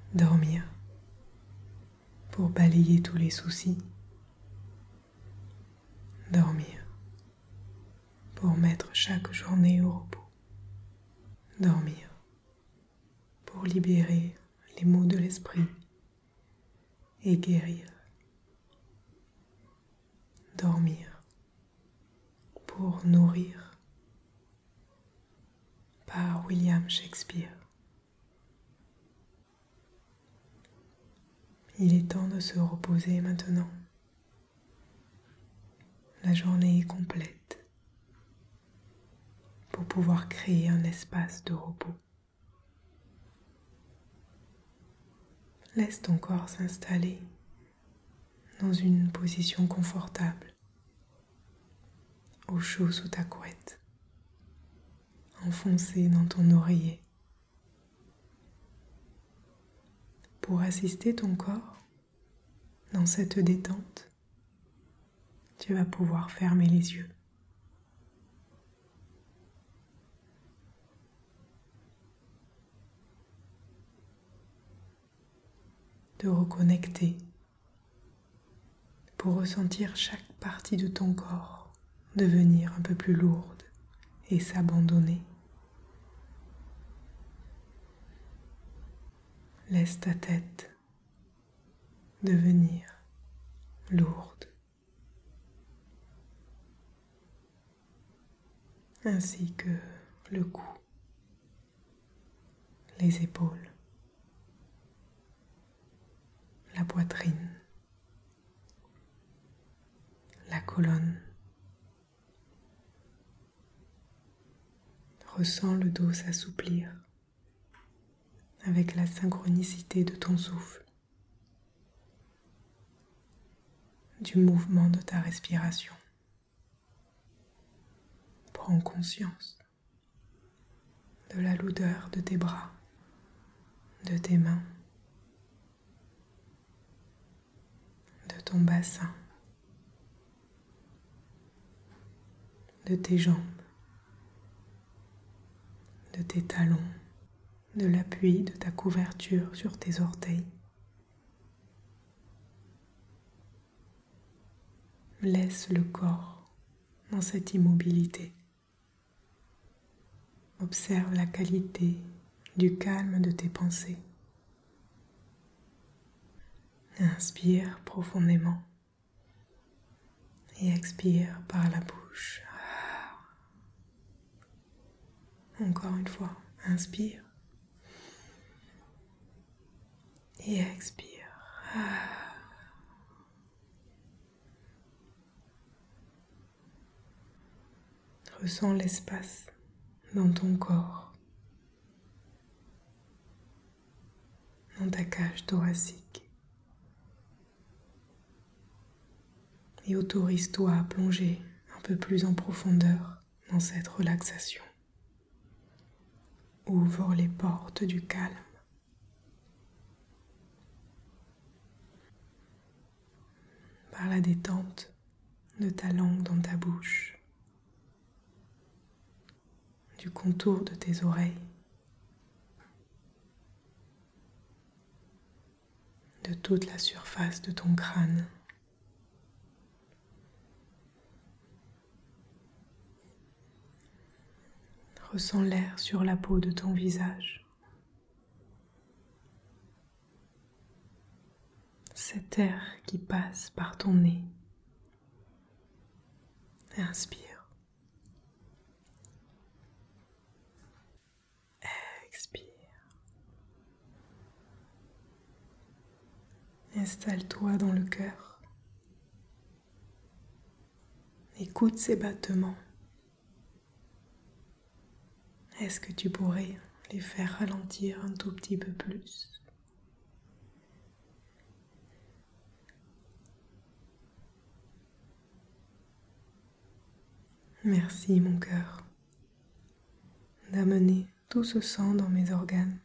Dormir pour balayer tous les soucis. Dormir pour mettre chaque journée au repos. Dormir pour libérer les maux de l'esprit et guérir. Dormir pour nourrir. Par William Shakespeare. Il est temps de se reposer maintenant. La journée est complète pour pouvoir créer un espace de repos. Laisse ton corps s'installer dans une position confortable, au chaud sous ta couette, enfoncé dans ton oreiller. Pour assister ton corps dans cette détente, tu vas pouvoir fermer les yeux. Te reconnecter pour ressentir chaque partie de ton corps devenir un peu plus lourde et s'abandonner. Laisse ta tête devenir lourde, ainsi que le cou, les épaules, la poitrine, la colonne. Ressens le dos s'assouplir avec la synchronicité de ton souffle, du mouvement de ta respiration. Prends conscience de la lourdeur de tes bras, de tes mains, de ton bassin, de tes jambes, de tes talons, de l'appui de ta couverture sur tes orteils. Laisse le corps dans cette immobilité. Observe la qualité du calme de tes pensées. Inspire profondément et expire par la bouche. Encore une fois, inspire et expire. Ressens l'espace dans ton corps, dans ta cage thoracique, et autorise-toi à plonger un peu plus en profondeur dans cette relaxation. Ouvre les portes du calme. Par la détente de ta langue dans ta bouche, du contour de tes oreilles, de toute la surface de ton crâne. Ressens l'air sur la peau de ton visage. Cet air qui passe par ton nez. Inspire. Expire. Installe-toi dans le cœur. Écoute ses battements. Est-ce que tu pourrais les faire ralentir un tout petit peu plus ? Merci mon cœur d'amener tout ce sang dans mes organes,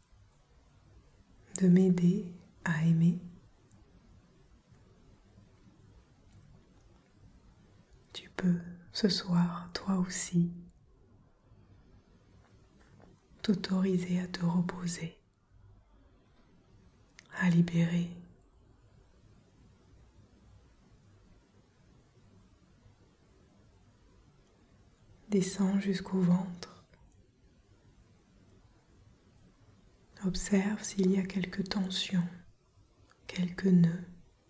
de m'aider à aimer. Tu peux ce soir, toi aussi, t'autoriser à te reposer à libérer. Descends jusqu'au ventre. Observe s'il y a quelques tensions, quelques nœuds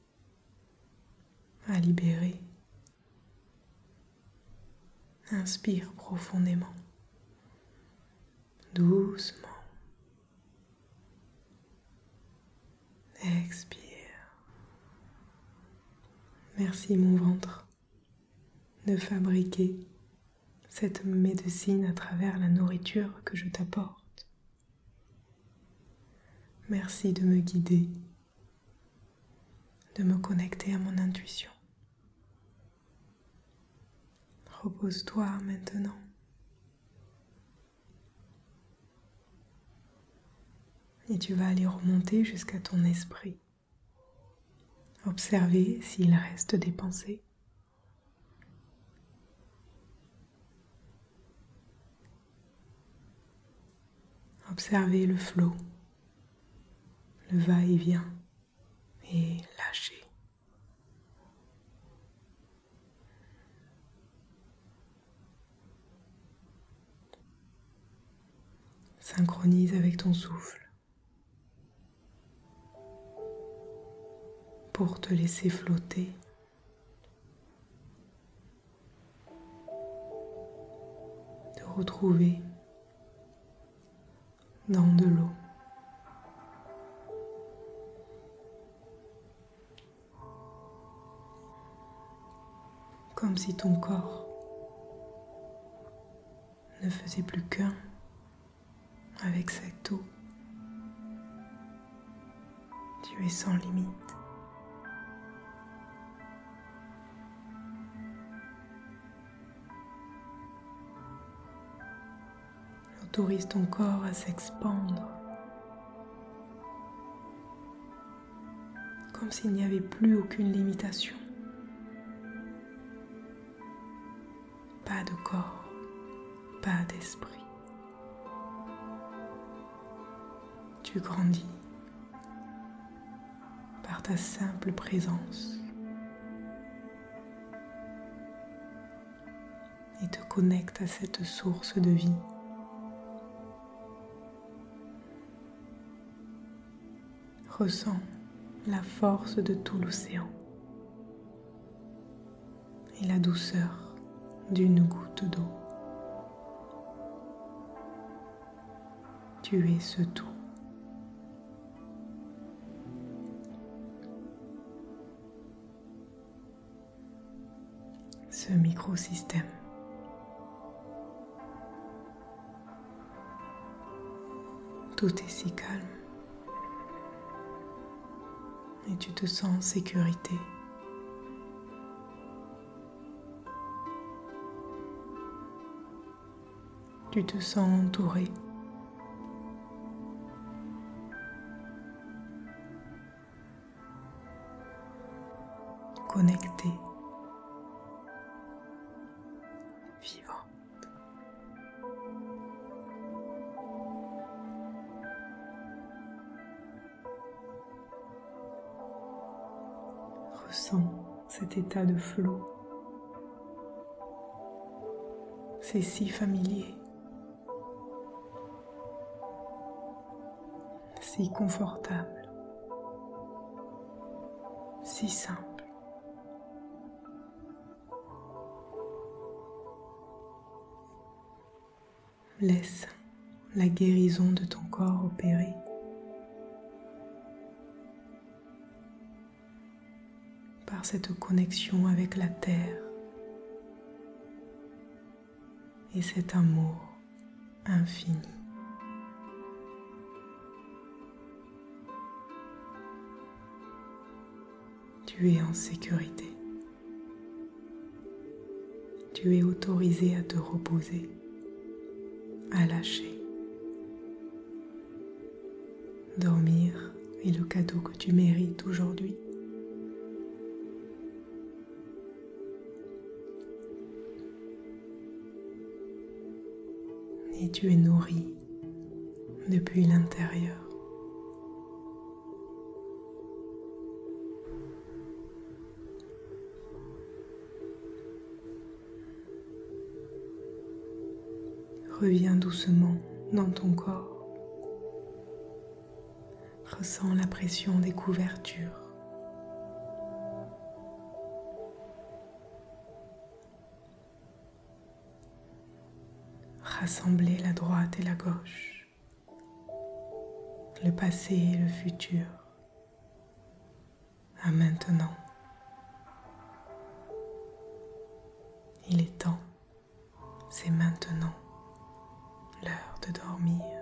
à libérer. Inspire profondément, doucement. Expire. Merci mon ventre de fabriquer cette médecine à travers la nourriture que je t'apporte. Merci de me guider, de me connecter à mon intuition. Repose-toi maintenant. Et tu vas aller remonter jusqu'à ton esprit. Observer s'il reste des pensées. Observer le flot, le va-et-vient et lâcher. Synchronise avec ton souffle pour te laisser flotter. Te retrouver dans de l'eau. Comme si ton corps ne faisait plus qu'un avec cette eau. Tu es sans limite. Autorise ton corps à s'expandre, comme s'il n'y avait plus aucune limitation. Pas de corps, pas d'esprit. Tu grandis par ta simple présence et te connectes à cette source de vie. Ressens la force de tout l'océan et la douceur d'une goutte d'eau. Tu es ce tout. Ce microsystème. Tout est si calme et tu te sens en sécurité. Tu te sens entouré. Connecté. Vivant. Ressens cet état de flot. C'est si familier, si confortable, si simple. Laisse la guérison de ton corps opérer. Par cette connexion avec la terre et cet amour infini. Tu es en sécurité. Tu es autorisé à te reposer, à lâcher. Dormir est le cadeau que tu mérites aujourd'hui. Et tu es nourri depuis l'intérieur. Reviens doucement dans ton corps. Ressens la pression des couvertures. Rassembler la droite et la gauche, le passé et le futur, à maintenant. Il est temps, c'est maintenant, l'heure de dormir.